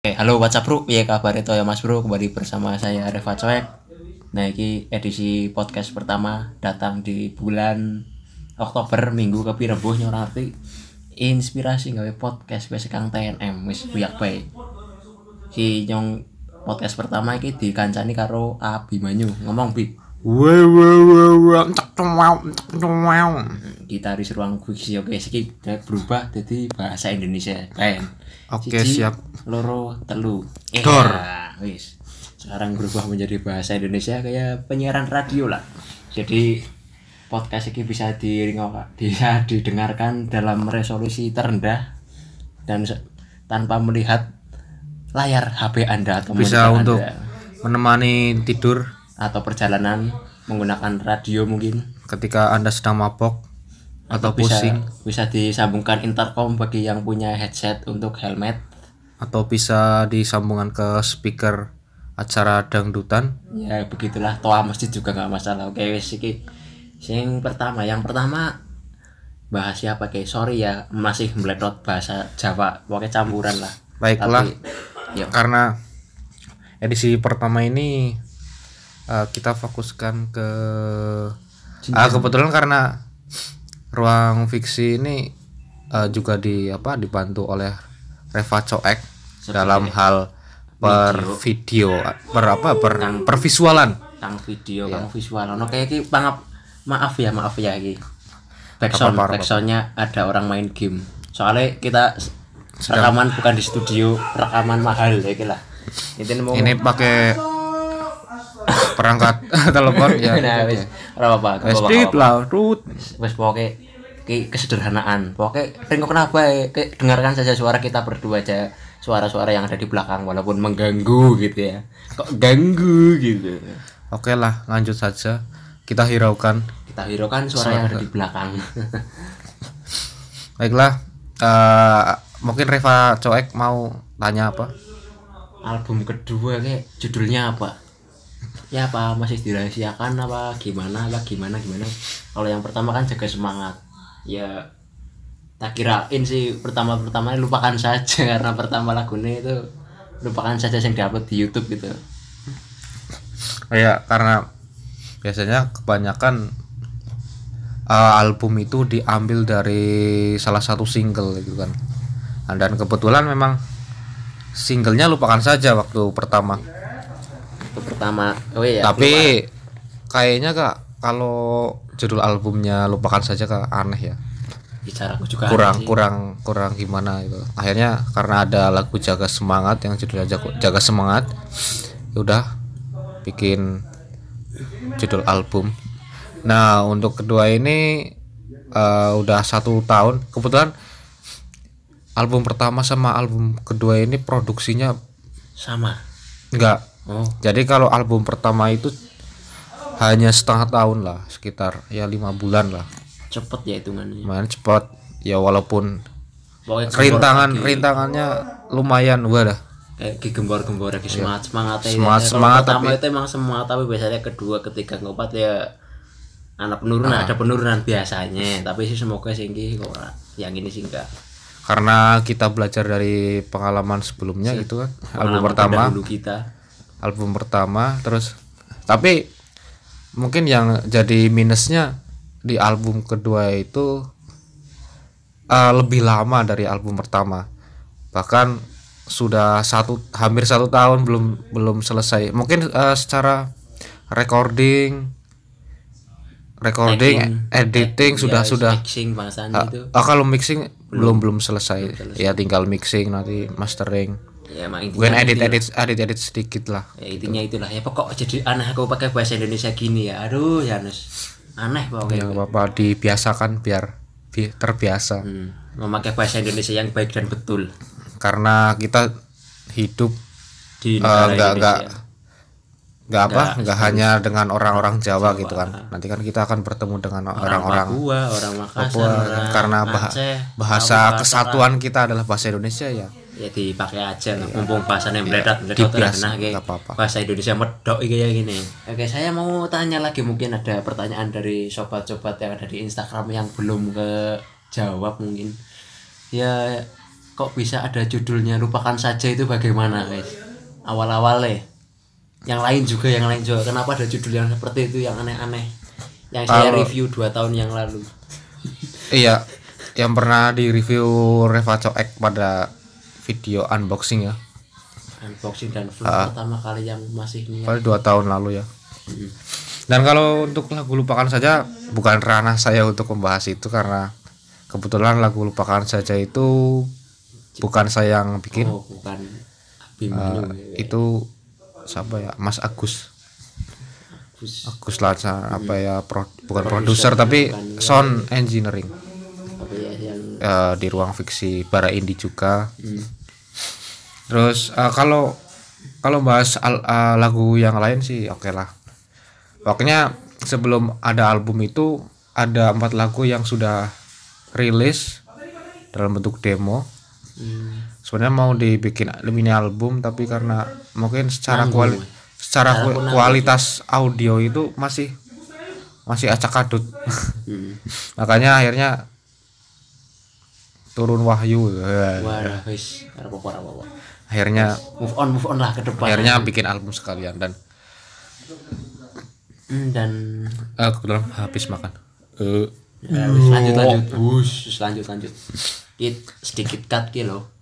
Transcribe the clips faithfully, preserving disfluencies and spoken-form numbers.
Oke, halo WhatsApp bro, ya kabar itu ya Mas Bro, kembali bersama saya Reva Coek. Nah, ini edisi podcast pertama datang di bulan Oktober minggu ke Pirebuh nyorang arti inspirasi gawe podcast wis Kang T N M wis buyak bae. Si nyong podcast pertama iki dikancani karo Abimanyu. Ngomong Bi. Wow wow wow wow cek wow cek wow. Gitaris ruang fiksi oke iki berubah jadi bahasa Indonesia. Keren. Oke, Siji, siap. loro telu eh, Dor. wis sekarang berubah menjadi bahasa Indonesia kayak penyiaran radio lah. Jadi podcast ini bisa di bisa didengarkan dalam resolusi terendah dan se- tanpa melihat layar H P Anda atau Bisa monitor untuk Anda, menemani tidur atau perjalanan menggunakan radio mungkin, ketika Anda sedang mabok atau bisa pusing, bisa disambungkan intercom bagi yang punya headset untuk helmet. atau bisa disambungkan ke speaker acara dangdutan. Ya begitulah, toa masjid juga nggak masalah. Oke wis iki sing pertama yang pertama bahas siapa kayak sorry ya masih meletot bahasa Jawa pokoknya campuran lah. Baiklah. Tapi, yuk. Karena edisi pertama ini uh, kita fokuskan ke ah kebetulan karena ruang fiksi ini uh, juga di apa dibantu oleh Reva Coek dalam hal per video, per apa per pervisualan. Kang video kang visual ono kayak iki pangap maaf ya maaf ya iki backsound Apa-apa, backsoundnya ada orang main game soalnya kita rekaman bukan di studio, rekaman mahal ya iki lah ini mau Ini pakai perangkat telepon ya. nah wis ora apa-apa gak apa-apa, Speed gak apa-apa. lah, root. Wes pokoknya ki kesederhanaan pokoknya ringkok kenapa ya kayak dengarkan saja suara kita berdua aja, suara-suara yang ada di belakang walaupun mengganggu gitu ya, kok ganggu gitu. Oke lah, lanjut saja. Kita hiraukan. Kita hiraukan suara yang ada di belakang. Baiklah, eh, mungkin Reva Coek mau tanya apa? Album kedua kayak judulnya apa ya, apa masih dirahasiakan apa gimana apa gimana gimana kalau yang pertama kan Jaga Semangat ya, tak kirain sih pertama-pertama lupakan saja karena pertama lagunya itu lupakan saja yang diupload di YouTube gitu. Ya, karena biasanya kebanyakan uh, album itu diambil dari salah satu single gitu kan. Nah, dan kebetulan memang singlenya lupakan saja waktu pertama. Itu pertama oh iya Tapi kayaknya kak kalau judul albumnya lupakan saja kak aneh ya. bicara aku juga kurang sih. kurang kurang gimana itu. Akhirnya karena ada lagu Jaga Semangat yang judulnya Jaga, Jaga Semangat, ya udah bikin judul album. Nah untuk kedua ini uh, udah satu tahun. Kebetulan album pertama sama album kedua ini produksinya sama. enggak. Oh Jadi kalau album pertama itu hanya setengah tahun lah, sekitar ya lima bulan lah. cepet ya hitungannya. Lumayan cepat ya, walaupun Pokoknya rintangan gembor- rintangannya lumayan wadah. kayak gembor-gembor lagi semangat semangat Semangat- semangat, pertama tapi- itu emang semangat, tapi biasanya kedua ketiga keempat ya anak penurunan, ada penurunan biasanya, tapi sih semoga sih ini kok yang ini sih enggak Karena kita belajar dari pengalaman sebelumnya gitu kan. Album pengalaman pertama, terdahulu kita. album pertama terus tapi mungkin yang jadi minusnya di album kedua itu uh, lebih lama dari album pertama. Bahkan sudah satu hampir satu tahun belum belum selesai. Mungkin uh, secara recording recording Tagging, editing tag- sudah ya, sudah mixing bahasan uh, itu uh, kalau mixing belum belum selesai. Ya tinggal mixing, nanti mastering. ya emang Mungkin intinya edit itulah. edit edit edit sedikit lah. Ya, intinya itulah ya, pokok jadi aneh aku pakai bahasa Indonesia gini ya, aduh Yanus aneh Ya pokoknya. nggak apa-apa, dibiasakan biar bi- terbiasa. hmm, memakai bahasa Indonesia yang baik dan betul Karena kita hidup di eh, negara nggak nggak Indonesia. nggak apa Nggak nggak hanya dengan orang-orang Jawa gitu kan. Nanti kan kita akan bertemu dengan orang-orang Papua, orang Makassar, Papua, orang karena bah- Aceh, bahasa Papua, kesatuan kita adalah bahasa Indonesia ya. ya dipakai aja lah, mumpung bahasanya meledak meledak dibias- nah kayak nggak apa-apa. bahasa Indonesia medok iki kayak gini. Oke, saya mau tanya lagi, mungkin ada pertanyaan dari sobat-sobat yang ada di Instagram yang belum ke jawab mungkin. Ya kok bisa ada judulnya lupakan saja itu bagaimana guys? Awal-awalnya yang lain juga yang lain juga kenapa ada judul yang seperti itu yang aneh-aneh yang saya Kalau- review dua tahun yang lalu. Iya, yang pernah di review Reva Coek pada video unboxing ya. Unboxing dan vlog Ah. pertama kali yang masih niat. Paling dua tahun lalu ya. Mm. Dan kalau untuk lagu lupakan saja bukan ranah saya untuk membahas itu karena kebetulan lagu lupakan saja itu bukan saya yang bikin. Oh bukan Abimanyu. Eh, itu siapa ya? Mas Agus. Bagus. Agus Lancar apa ya? Pro, bukan Produser, produser tapi bukan, ya. sound engineering. Apa ya yang Eh, di ruang fiksi Bara Indi juga. hmm. Terus eh, kalau kalau bahas al- eh, lagu yang lain sih oke lah. Pokoknya sebelum ada album itu ada empat lagu yang sudah rilis dalam bentuk demo. Hmm. Sebenarnya mau dibikin mini album tapi karena mungkin secara Nanggung, kuali ya. secara Secara ku- nanggung. kualitas audio itu masih masih acak adut. Hmm. Makanya akhirnya turun wahyu. Wah, wis apa-apa apa-apa. Akhirnya Move on, move on lah ke depan. akhirnya bikin album sekalian dan Hmm, dan eh, kebetulan habis makan. Eh, ya, wis, lanjut lanjut. Bus, wis, lanjut lanjut. Kit sedikit cut ki lo.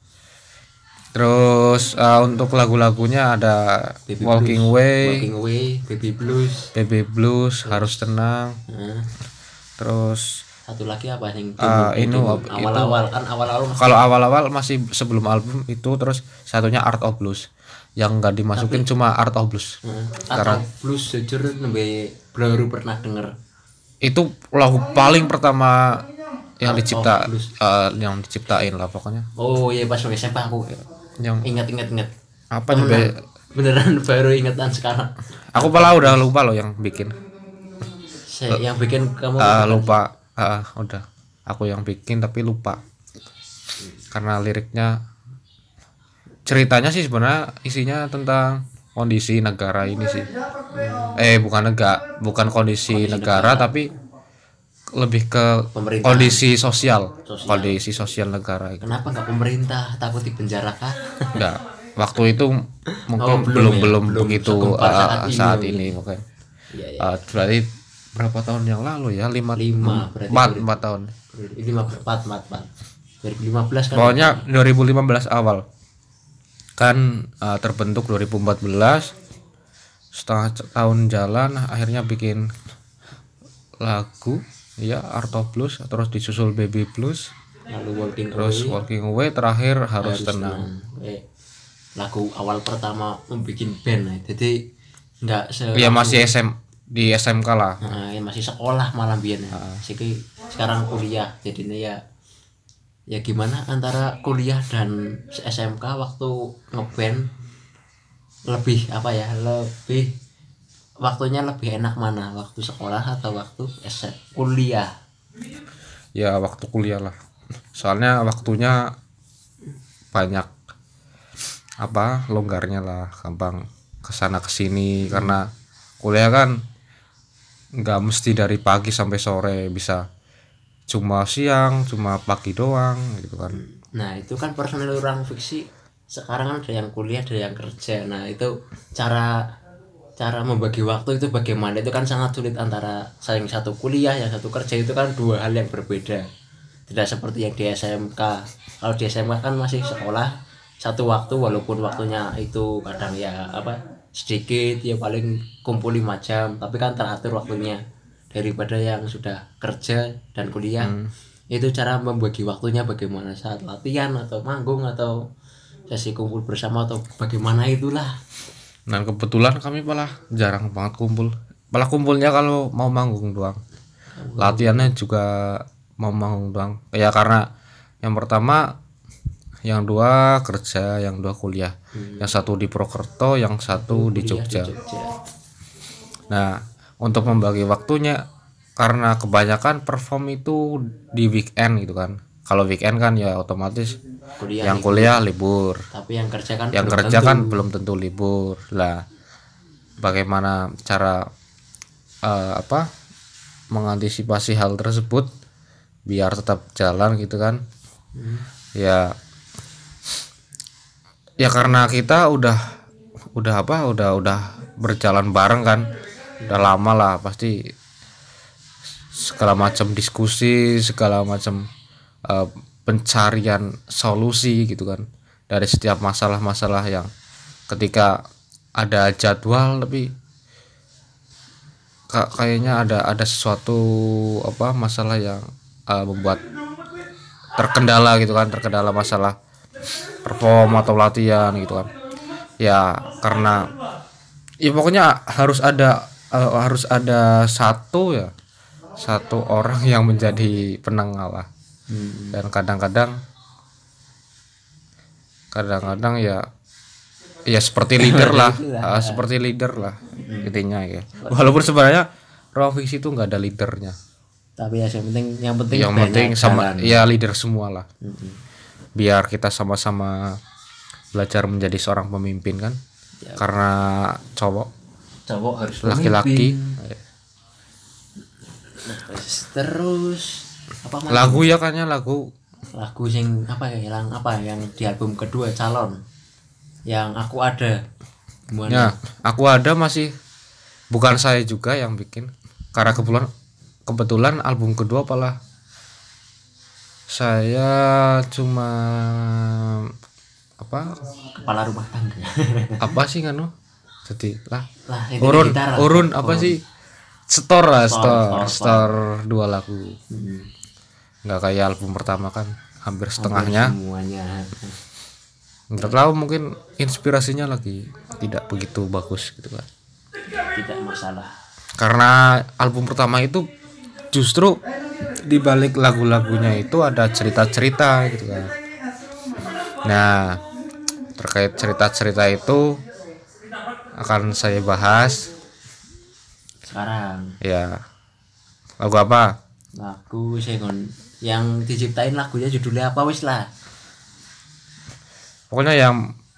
terus eh, untuk lagu-lagunya ada Baby Walking Blues. Away, Walking Away, Baby Blues. Baby Blues, Harus Tenang, Nah, terus satu lagi apa yang Ah, demo- ini demo? apa- awal-awal kan awal-awal masih kalau awal-awal masih sebelum album itu, terus satunya Art of Blues yang nggak dimasukin cuma Art of Blues. Heeh. Karena- atau blues jujur nembe baru pernah denger. Itu lagu paling pertama yang Art of dicipta Blues. eh, yang diciptain lah pokoknya. Oh iya pas S M P aku Yang ingat ingat ingat. apa nih? Be? Beneran baru ingatan sekarang. Aku malah udah lupa loh yang bikin. Saya yang bikin kamu Ah, lupa. Ah, udah. Aku yang bikin tapi lupa. Karena liriknya ceritanya sih sebenarnya isinya tentang kondisi negara ini sih. Eh bukan negara, bukan kondisi, negara, tapi lebih ke Pemerintahan. kondisi sosial, Sosial. kondisi sosial negara itu. Kenapa nggak pemerintah takut di penjara kah? Enggak. Waktu itu mungkin Oh, belum belum ya? belum, Belum begitu segempar ah, saat ini saat mungkin. ini mungkin. Iya iya. Ah, berarti berapa tahun yang lalu ya? Lima, Lima, berarti empat, dua- empat tahun. lima empat empat empat. dua ribu lima belas kan. Pokoknya dua ribu lima belas awal kan uh, terbentuk dua ribu empat belas, setengah c- tahun jalan akhirnya bikin lagu ya Art of Blues, terus disusul Baby Blues, Lalu Walking terus Away, Walking Away, terakhir Harus Harus Tenang. Tenang. Eh, lagu awal pertama membuat band ya. Jadi nggak se Ya masih S M di S M K lah. Nah, ya masih sekolah malah biyen ya. Siki sekarang kuliah jadinya ya ya gimana antara kuliah dan S M K waktu ngeband lebih apa ya lebih waktunya lebih enak mana waktu sekolah atau waktu S M kuliah. Ya waktu kuliah lah. Soalnya waktunya banyak apa longgarnya lah, gampang kesana kesini karena kuliah kan nggak mesti dari pagi sampai sore, bisa cuma siang, cuma pagi doang gitu kan. Nah itu kan personil orang fiksi sekarang kan ada yang kuliah ada yang kerja. Nah itu cara cara membagi waktu itu bagaimana itu kan sangat sulit antara yang satu kuliah yang satu kerja itu kan dua hal yang berbeda. Tidak seperti yang di S M K. Kalau di S M K kan masih sekolah satu waktu walaupun waktunya itu kadang ya apa sedikit ya paling kumpul lima jam tapi kan teratur waktunya daripada yang sudah kerja dan kuliah. Hmm. Itu cara membagi waktunya bagaimana saat latihan atau manggung atau sesi kumpul bersama atau bagaimana itulah. Dan kebetulan kami malah jarang banget kumpul. Malah kumpulnya kalau mau manggung doang. Latihannya juga mau manggung doang. Ya karena yang pertama, yang dua kerja, yang dua kuliah. Yang satu di Purwokerto, yang satu di Kuliah Jogja. Jogja. Nah, untuk membagi waktunya karena kebanyakan perform itu di weekend gitu kan. Kalau weekend kan ya otomatis Kuliah yang libur. kuliah libur. Tapi yang kerja kan Yang belum kerja tentu. kan belum tentu libur. Lah, bagaimana cara eh, apa mengantisipasi hal tersebut biar tetap jalan gitu kan? Hmm. Ya ya karena kita udah udah apa udah udah berjalan bareng kan, udah lama lah, pasti segala macam diskusi, segala macam uh, pencarian solusi gitu kan dari setiap masalah-masalah yang ketika ada jadwal tapi kayaknya ada ada sesuatu apa masalah yang uh, membuat terkendala gitu kan, terkendala masalah perform atau latihan gitu kan. Ya karena ya pokoknya harus ada uh, harus ada satu ya satu orang yang menjadi penengah lah. Hmm. Dan kadang-kadang kadang-kadang ya ya seperti leader lah, uh, seperti leader lah intinya ya. Walaupun sebenarnya ruang fiksi itu nggak ada leadernya. Tapi ya yang penting yang penting yang penting sama jalan. Ya leader semua lah. Mm-hmm. Biar kita sama-sama belajar menjadi seorang pemimpin kan. Ya. Karena cowok cowok harus laki-laki. Nah, terus apa lagu ya kayaknya lagu lagu sing apa ya yang apa yang di album kedua Calon yang Aku Ada. Gimana? Ya, Aku Ada masih bukan saya juga yang bikin, karena kebetulan kebetulan album kedua apalah saya cuma apa kepala rumah tangga apa sih kan jadi lah, lah urun gitar, urun apa urun. sih store lah store store, store, store. store dua lagu. Hmm. Nggak kayak album pertama kan hampir setengahnya semuanya. Nggak tahu mungkin inspirasinya lagi tidak begitu bagus gitu kan. Tidak masalah. Karena album pertama itu justru di balik lagu-lagunya itu ada cerita-cerita gitu kan. Nah, terkait cerita-cerita itu akan saya bahas sekarang. Ya. Lagu apa? Lagu sengon yang diciptain lagunya judulnya apa wis lah. Pokoknya yang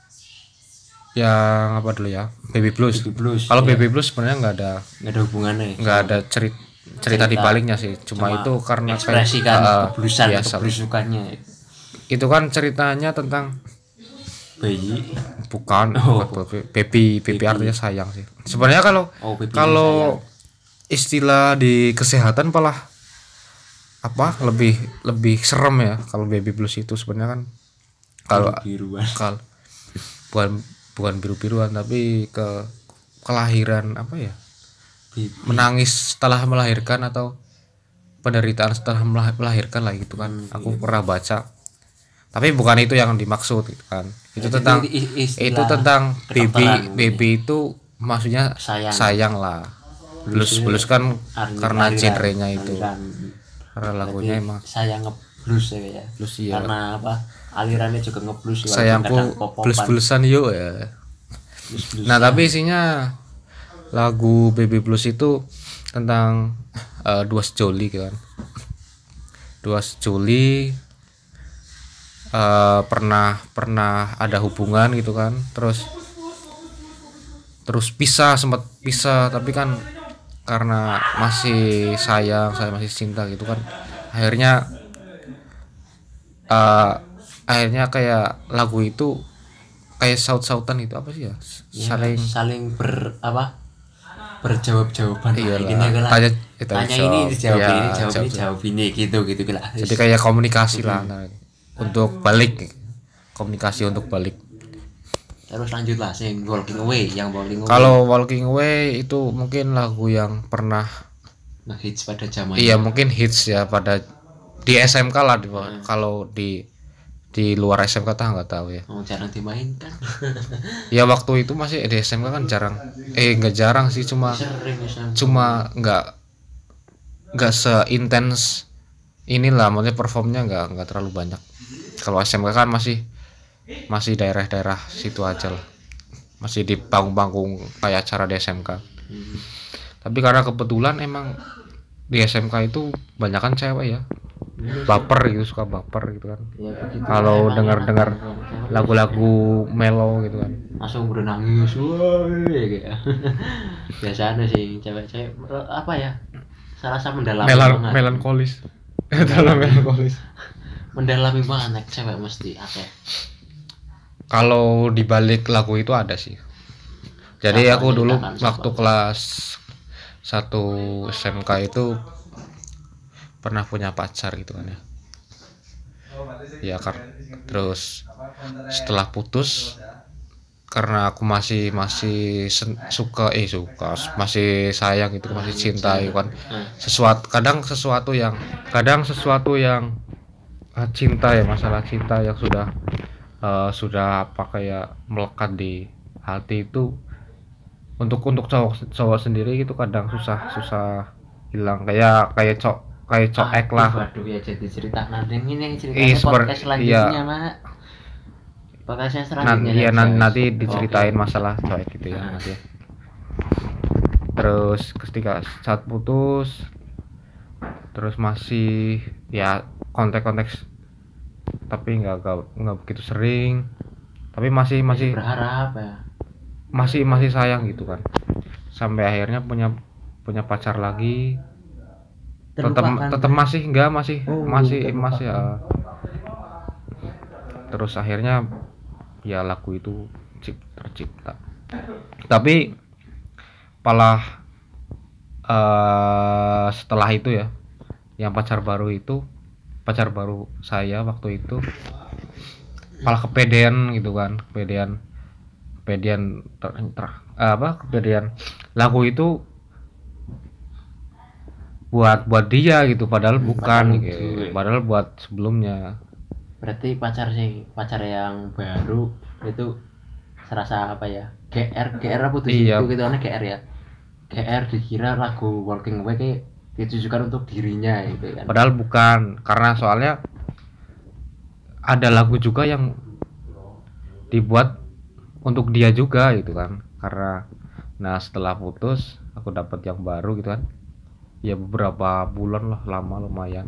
yang apa dulu ya, Baby Blues. Baby Blues. Kalau ya. Baby Blues sebenarnya nggak ada nggak ada hubungannya. Nggak ada cerita cerita di baliknya sih. Cuma, Cuma itu karena ekspresikan uh, kebluesan, ya, keblusukannya. Itu kan ceritanya tentang bayi. Bukan, oh. baby, baby, baby artinya sayang sih. Sebenarnya kalau oh, kalau istilah di kesehatan malah apa lebih lebih serem ya kalau Baby Blues itu sebenarnya kan kalau kalau bukan bukan biru-biruan tapi ke kelahiran apa ya Baby. Menangis setelah melahirkan atau penderitaan setelah melahirkan lah gitu kan. Hmm, aku iya. pernah baca tapi bukan itu yang dimaksud gitu kan. Itu ya, tentang itu tentang baby baby itu maksudnya sayang, sayang lah. Blues blues kan ariran, karena genrenya itu ariran. Karena lagunya emang sayang ngeblues ya, ya. Blues, iya. Karena apa alirannya juga ngeblues sayangku blues bluesan yuk ya. Blues nah tapi isinya lagu Baby Blues itu tentang uh, dua sejoli kan. Dua sejoli uh, pernah pernah ada hubungan gitu kan. Terus terus pisah, sempat pisah tapi kan karena masih sayang, saya masih cinta gitu kan. Akhirnya uh, akhirnya kayak lagu itu kayak saut-sautan itu apa sih ya? ya saling saling ber apa? berjawab-jawaban. Iyalah, ini adalah tanya, tanya ini dijawab ya, ini jawab, jawab, ini jawab ini gitu gitu lah. Jadi kayak komunikasi hmm. lah nah, untuk balik komunikasi untuk balik. Terus lanjut lah sing Walking Away yang Walking Away. Kalau Walking Away itu mungkin lagu yang pernah ngehits pada zaman. Iya, mungkin hits ya pada di S M K lah di hmm. kalau di di luar S M K tak nggak tahu ya. Oh, jarang dimainkan. Ya waktu itu masih di S M K kan jarang. Eh nggak jarang sih cuma sering, cuma nggak nggak seintens inilah, maksudnya performnya nggak nggak terlalu banyak. Kalau S M K kan masih masih daerah-daerah situ aja lah, masih di panggung-panggung kayak acara di S M K. Hmm. Tapi karena kebetulan emang di S M K itu banyakan cewek ya, baper gitu, suka baper gitu kan. Ya, kalau dengar-dengar lagu-lagu melo gitu kan, langsung bernangis, woi kayak. Biasanya sih cewek-cewek apa ya, serasa mendalami Melan- banget. Melankolis, dalam melankolis. Mendalami banget cewek mesti akeh. kalau di balik lagu itu ada sih. Jadi Siapa aku dulu ceritakan, siapa? waktu kelas satu S M K itu pernah punya pacar gitu kan ya. Ya kan. Terus setelah putus karena aku masih masih sen- suka eh suka masih sayang gitu, masih cinta gitu kan. Sesuatu kadang sesuatu yang kadang sesuatu yang ah, cinta ya, masalah cinta yang sudah eh, sudah apa kayak melekat di hati itu, untuk untuk cowok cowok sendiri itu kadang susah susah hilang, kayak kayak cok kayak coek Aduh, lah. Waduh ya jadi cerita nanti ini ceritanya Ih, seper- podcast selanjutnya iya. mak. Podcastnya Nanti selanjutnya ya ya, nan- guys. nanti diceritain Oke. masalah coek gitu ya Nah. nanti ya. Terus ketika saat putus terus masih ya kontak-kontak tapi nggak nggak nggak begitu sering, tapi masih masih Berharap ya. masih masih sayang gitu kan, sampai akhirnya punya punya pacar lagi. tetap Terlupakan, tetap kan? masih enggak masih Oh, masih terlupakan. masih ya. Terus akhirnya ya lagu itu cip- tercipta, tapi malah eh, setelah itu ya, yang pacar baru itu pacar baru saya waktu itu malah kepedean gitu kan, kepedean kepedean ter, ter- apa kepedean lagu itu buat buat dia gitu, padahal bukan Padahal gitu. gue. Padahal buat sebelumnya. Berarti pacar sih pacar yang baru itu serasa apa ya? G R G R apa tuh sih? Iya. Itu gitu G R ya. G R dikira lagu Walking Away kayak ditujukan untuk dirinya gitu kan. Padahal bukan, karena soalnya ada lagu juga yang dibuat untuk dia juga gitu kan. Karena nah setelah putus aku dapat yang baru gitu kan. Ya beberapa bulan lah, lama lumayan.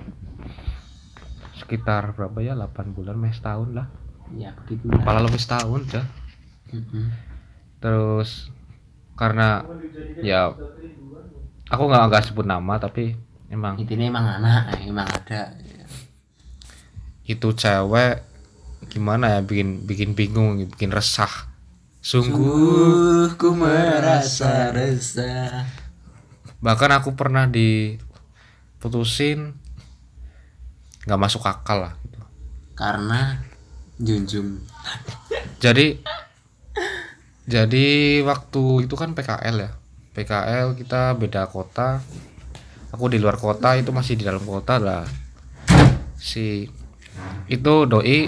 Sekitar berapa ya? delapan bulan, mes tahun lah. Ya begitulah. Malah lebih setahun dah. Mm-mm. Terus karena ya aku nggak nggak sebut nama, tapi emang Intinya emang anak, emang ada. itu cewek gimana ya, bikin bikin bingung, bikin resah. Sungguh ku merasa resah. bahkan aku pernah diputusin nggak masuk akal lah gitu. Karena junjung. Jadi jadi waktu itu kan P K L ya, P K L kita beda kota, aku di luar kota, itu masih di dalam kota lah. Si itu doi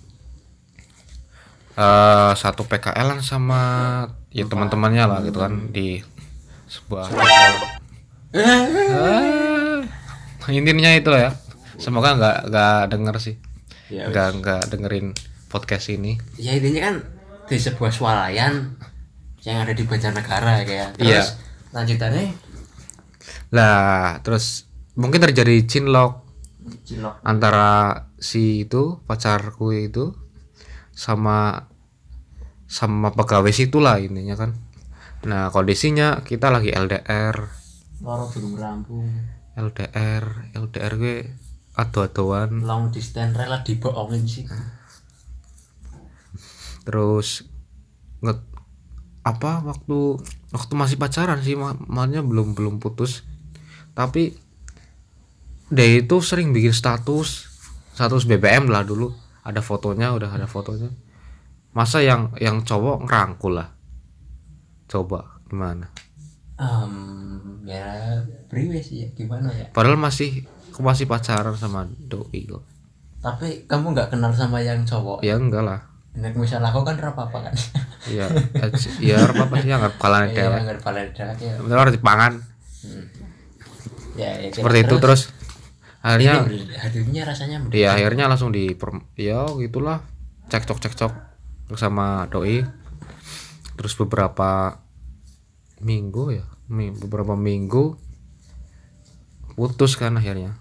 uh, satu P K L-an sama ya teman-temannya lah gitu kan, di sebuah ah, intinya itu lah ya. Semoga nggak nggak denger sih, Ya, nggak nggak dengerin podcast ini. ya intinya kan di sebuah swalayan yang ada di Banjarnegara kayak. Terus Iya. lanjutannya Lah terus mungkin terjadi cinlok cilok. antara si itu pacarku itu sama sama pegawai situ lah intinya kan. Nah kondisinya kita lagi L D R Loro belum rampung. L D R L D R gue ado-adoan. Long distance rela dibohongin sih. Terus nge apa waktu waktu masih pacaran sih, ma- makanya belum belum putus, tapi dia itu sering bikin status status B B M lah, dulu ada fotonya, udah ada fotonya. Masa yang yang cowok ngerangkul lah, coba gimana? Um, ya priwe sih ya, gimana ya. Padahal masih aku masih pacaran sama doi kok. Tapi kamu nggak kenal sama yang cowok. Ya enggak lah. Nek misal aku kan ora apa-apa kan. Iya, ya apa sih, nggak kepala Iya, dewek. nggak balik ya. Bener harus dipangan. Hmm. Ya, ya Seperti itu terus akhirnya hadirnya rasanya dia akhirnya langsung di ya gitulah, cekcok cekcok sama doi. Terus beberapa minggu ya mi- beberapa minggu putus kan, akhirnya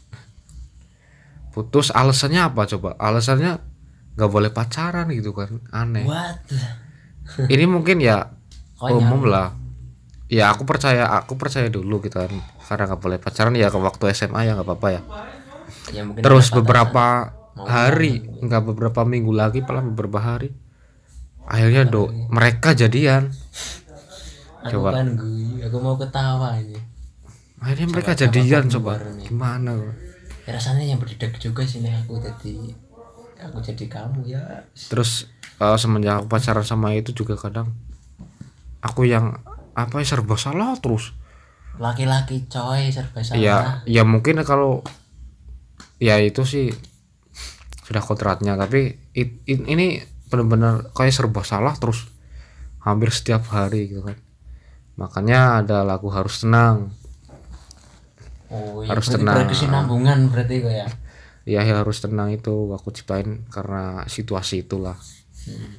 putus. Alasannya apa coba? Alasannya nggak boleh pacaran gitu kan, aneh. What? Ini mungkin ya Konyol. umum lah ya, aku percaya aku percaya dulu gitu kan, karena nggak boleh pacaran ya ke waktu S M A ya nggak apa-apa ya. Ya, mungkin Terus ada batasan. beberapa Mau hari, kangen. nggak beberapa minggu lagi, malah beberapa hari. Akhirnya do mereka jadian. Aku Coba. kan gue, aku mau ketawa ini. Akhirnya mereka Coba- jadian coba coba. keluar nih. Gimana? Ya, rasanya yang berdedak juga sih nih aku jadi aku jadi kamu ya. Terus uh, semenjak aku pacaran sama itu juga kadang aku yang apa ya serba salah terus. Laki-laki coy serba salah. Ya, ya mungkin kalau ya itu sih sudah kodratnya, tapi it, it, ini benar-benar kayak serba salah terus hampir setiap hari gitu kan. Makanya ada lagu Harus Tenang. Oh, ya Harus berarti tenang. berkesinambungan berarti kok ya. Ya, ya Harus Tenang itu aku ciptain karena situasi itulah. Hmm.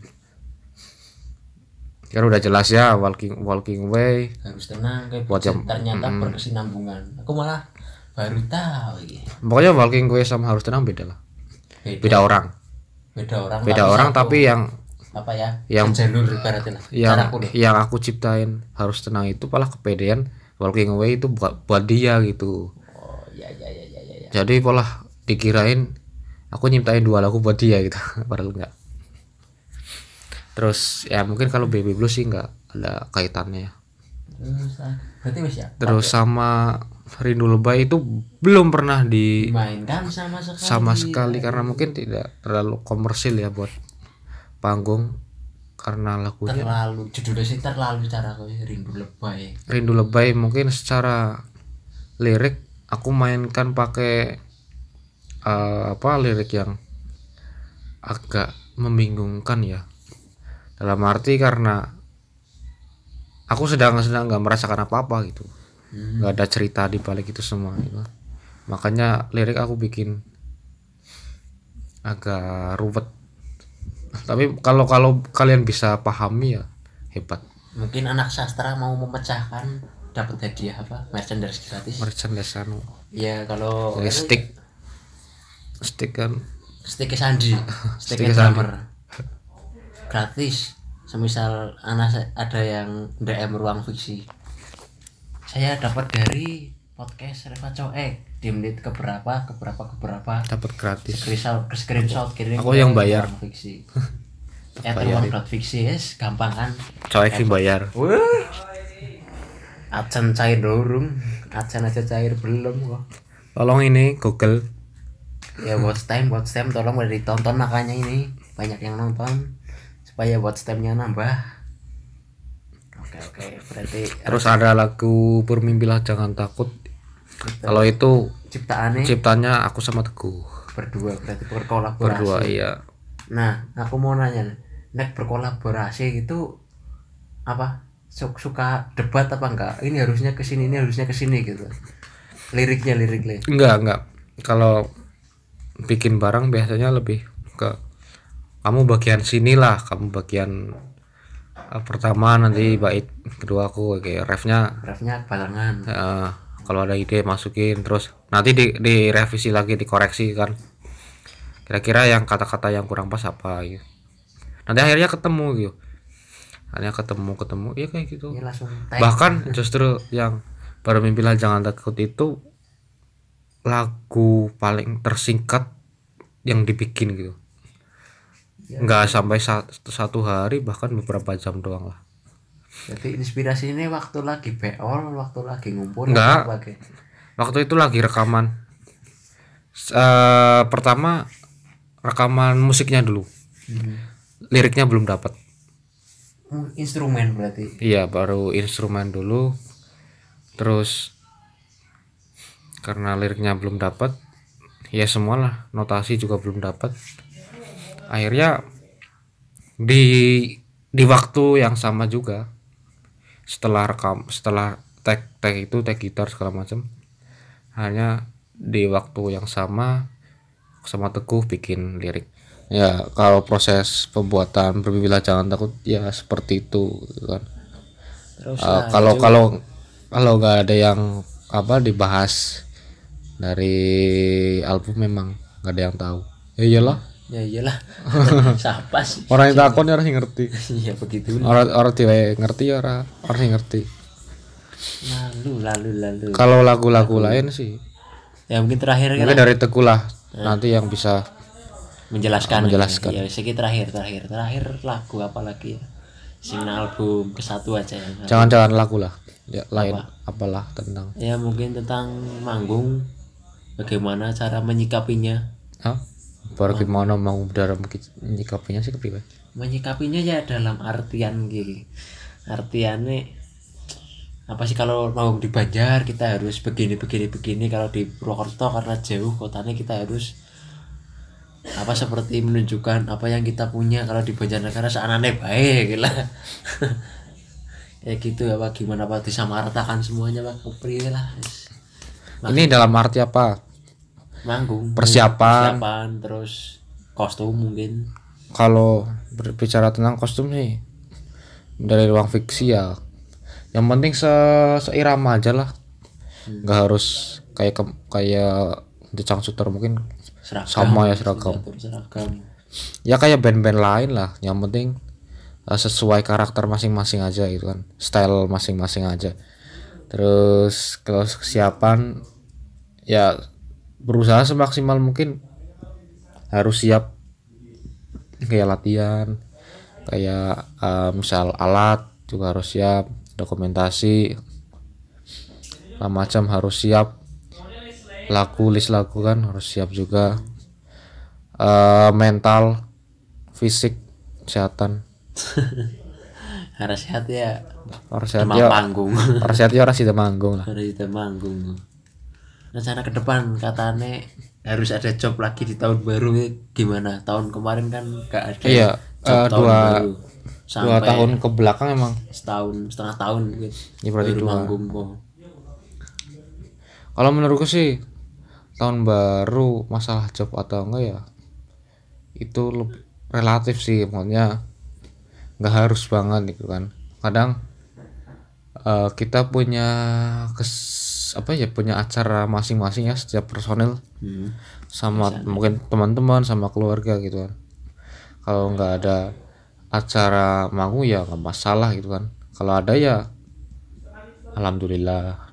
Kan udah jelas ya walking walking away. Harus tenang kayak Buat yang- ternyata mm-mm. berkesinambungan. Aku malah baru tahu ini. Pokoknya walking away sama Harus Tenang beda lah. Beda orang. Beda orang. Beda orang satu- tapi yang apa ya? yang- jalur ibaratnya lah. yang Caraku loh. yang aku ciptain Harus Tenang itu malah kepedean walking away itu buat buat dia gitu. Oh, ya ya ya ya ya. ya. Jadi malah dikirain aku nyiptain dua lagu buat dia gitu. Padahal enggak. Terus ya mungkin kalau Baby Blue sih enggak ada kaitannya ya. Terus ah, berarti wis ya. Terus sama Rindu Lebay itu belum pernah di dimainkan sama sekali. sama sekali karena mungkin tidak terlalu komersil ya buat panggung karena lagunya terlalu judulnya sih terlalu cara aku rindu lebay. Rindu Lebay mungkin secara lirik aku mainkan pakai uh, apa lirik yang agak membingungkan ya, dalam arti karena aku sedang sedang nggak merasakan apa apa gitu, nggak Hmm. ada cerita di balik itu semua gitu. Makanya lirik aku bikin agak ruwet. Tapi kalau kalau kalian bisa pahami ya hebat. Mungkin anak sastra mau memecahkan dapat hadiah apa? Merchandise gratis. Merchandise anu Ya kalau kayak stick stick kan stick sandi, stick Stick drummer. Gratis. Semisal anak sa- ada yang D M ruang fiksi. Saya dapat dari podcast Reva Coek di menit keberapa keberapa keberapa dapat gratis. screenshot screenshot kirim Aku ke yang bayar. ruang fiksi. Eh Bayar ruang dot fiksi yes, gampang kan. Coek sih bayar. Wah. Acan cair dorong, acan aja cair belum kok. Tolong ini Google. Ya watch time, watch time tolong udah ditonton makanya ini banyak yang nonton supaya watch time-nya nambah. Oke oke, berarti Terus ada lagu Bermimpilah Jangan Takut. Kalau itu ciptaannya ciptanya aku sama Teguh. berdua berarti berkolaborasi. Berdua iya. Nah, aku mau nanya, nek berkolaborasi itu apa? Su- Suka debat apa enggak? Ini harusnya ke sini, ini harusnya ke sini gitu. Liriknya liriknya. Enggak, enggak. Kalau bikin barang biasanya lebih ke kamu bagian sinilah, kamu bagian uh, pertama nanti bait kedua aku kayak refnya Refnya barengan. uh, kalau ada ide masukin terus nanti di direvisi lagi dikoreksi kan. Kira-kira yang kata-kata yang kurang pas apa gitu. Nanti akhirnya ketemu gitu. Akhirnya ketemu ketemu ya kayak gitu. Ini langsung tag. Bahkan justru yang Bermimpilah Jangan Takut itu lagu paling tersingkat yang dibikin gitu. Ya. Nggak sampai satu, satu hari bahkan beberapa jam doang lah. Jadi inspirasi ini waktu lagi beol, waktu lagi ngumpul. Enggak. atau apa, Ge? Waktu itu lagi rekaman. S- eh, pertama rekaman musiknya dulu. Hmm. Liriknya belum dapat. Hmm, Instrumen berarti. Iya, baru instrumen dulu. Terus karena liriknya belum dapat, ya semualah, notasi juga belum dapat. Akhirnya di di waktu yang sama juga setelah rekam, setelah tag tag itu tag gitar segala macam, hanya di waktu yang sama sama Teguh bikin lirik. Ya kalau proses pembuatan Bermimpilah Jangan Takut ya seperti itu gitu kan. Terus Uh, lah, kalau itu- kalau kalau nggak ada yang apa dibahas dari album memang nggak ada yang tahu. Ya iyalah, ya iyalah. Siapa sih? orang yang takon ya orang yang ngerti. Iya begitu. Orang orang tidak ngerti ya orang orang yang ngerti. Lalu lalu lalu. Kalau lagu-lagu lain sih Ya mungkin terakhir kan. mungkin dari Teguh lah nanti yang bisa menjelaskan menjelaskan. ya sedikit terakhir terakhir terakhir lagu apa lagi ya sing album kesatu aja ya. Jangan-jangan lagu lah ya lain Apa? apalah tentang Ya mungkin tentang manggung, bagaimana cara menyikapinya. Hah? Bagaimana mau dalam menyikapinya sih kepriwe? Menyikapinya ya dalam artian gitu. Artiannya apa sih, kalau manggung di Banjar kita harus begini begini begini, kalau di Purwokerto karena jauh kotanya kita harus apa seperti menunjukkan apa yang kita punya, kalau di Banjarnegara seanane baik gitu lah. Kayak gitu apa gimana Pak, disamaratakan semuanya Pak, kepriwe lah. Ini dalam arti apa? Manggung, Persiapan. persiapan terus kostum mungkin. Kalau berbicara tentang kostum sih dari ruang fiksi ya yang penting se seirama aja lah, nggak hmm. harus kayak ke, kayak The Changsuter mungkin seragam, sama ya seragam. seragam Ya kayak band-band lain lah, yang penting uh, sesuai karakter masing-masing aja gitu kan, style masing-masing aja. Terus kalau kesiapan ya berusaha semaksimal mungkin, harus siap kayak latihan, kayak uh, misal alat juga harus siap, dokumentasi macam harus siap, lagu list lagu kan harus siap juga, uh, mental, fisik, kesehatan. harus sehat ya, harus sehat demam ya panggung. harus sehat ya harus tidak manggung lah. harus tidak manggung. Rencana ke depan katanya harus ada job lagi di tahun baru, gimana? Tahun kemarin kan gak ada. Iya, job uh, tahun dua baru. dua tahun ke belakang emang setahun setengah tahun gitu. Ya, berarti baru dua. manggung kok. Kalau menurutku sih tahun baru masalah job atau enggak ya itu lebih relatif sih, maksudnya nggak harus banget gitu kan. Kadang uh, kita punya kes apa ya punya acara masing-masing ya, setiap personil hmm. sama Bisa, mungkin teman-teman sama keluarga gitu kan. Kalau nggak ada acara manggung ya nggak masalah gitu kan. Kalau ada ya alhamdulillah.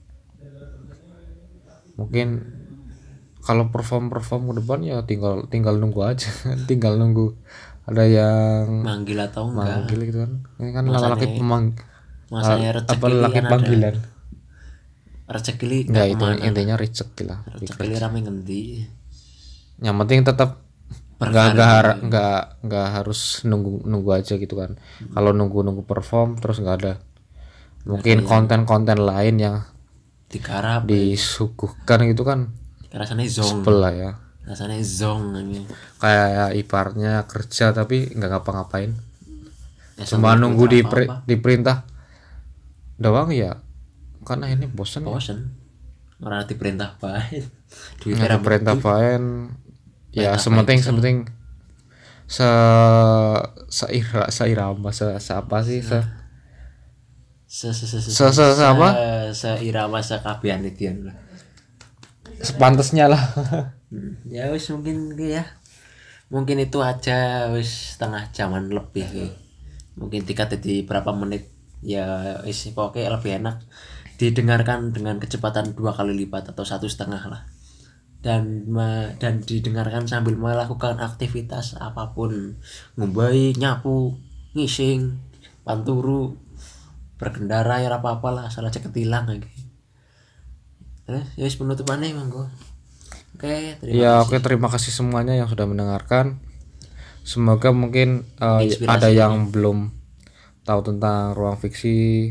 Mungkin kalau perform perform ke depan ya tinggal tinggal nunggu aja. tinggal nunggu ada yang manggil atau enggak, manggil gitu kan. Ini kan laki pemang masanya rezeki apa laki kan panggilan rezeki nggak itu intinya rezeki lah, rezeki rame ngendi. Yang penting tetap nggak nggak nggak nggak harus nunggu nunggu aja gitu kan. hmm. Kalau nunggu nunggu perform terus nggak ada mungkin konten-konten lain yang digarap disuguhkan gitu kan, rasanya zong lah ya, rasanya zong ini. Kayak iparnya kerja tapi nggak ngapa-ngapain, ya, cuma nunggu di diperintah doang ya, karena ini bosan bosan ya. Orang diperintah baik duit perintah baik ya, sementing sementing se seira seirama se, se apa sih se se se se se se, se apa seirama sekabian itu lah, sepantasnya lah. Ya wis mungkin ya mungkin itu aja, wis setengah jaman lebih ya. Mungkin tiket di berapa menit ya, wis pokoknya lebih enak didengarkan dengan kecepatan dua kali lipat atau satu setengah lah, dan ma, dan didengarkan sambil melakukan aktivitas apapun, ngumbai, nyapu, ngising, panturu, berkendara ya apa apalah, salah ceket hilang lagi. Terus ya penutupannya monggo. Oke, terima ya, kasih. Oke, terima kasih semuanya yang sudah mendengarkan. Semoga mungkin uh, ada yang belum tahu tentang ruang fiksi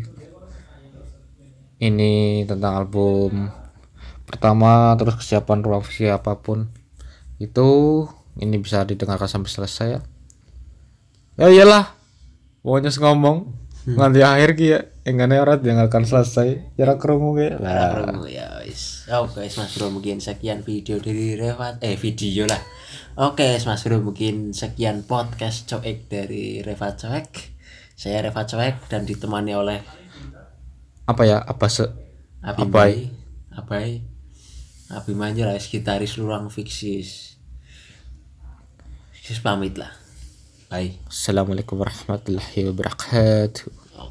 ini, tentang album pertama, terus kesiapan ruang fiksi apapun itu, ini bisa didengarkan sampai selesai ya. Ya iyalah, pokoknya ngomong hmm. nganti akhir ki ya, enggane ora dengarkan selesai, jarak krungu ki. Lah krungu ya wis. Oke, Mas Bro, mungkin sekian video dari Revat eh video lah. Oke, Mas Bro, mungkin sekian podcast Coek dari Revat Coek. Saya Revat Coek dan ditemani oleh apa ya apa se Abai Abai Abimanyu lah, gitaris ruang fiksi. Sis pamit lah. Bye. Assalamualaikum warahmatullahi wabarakatuh.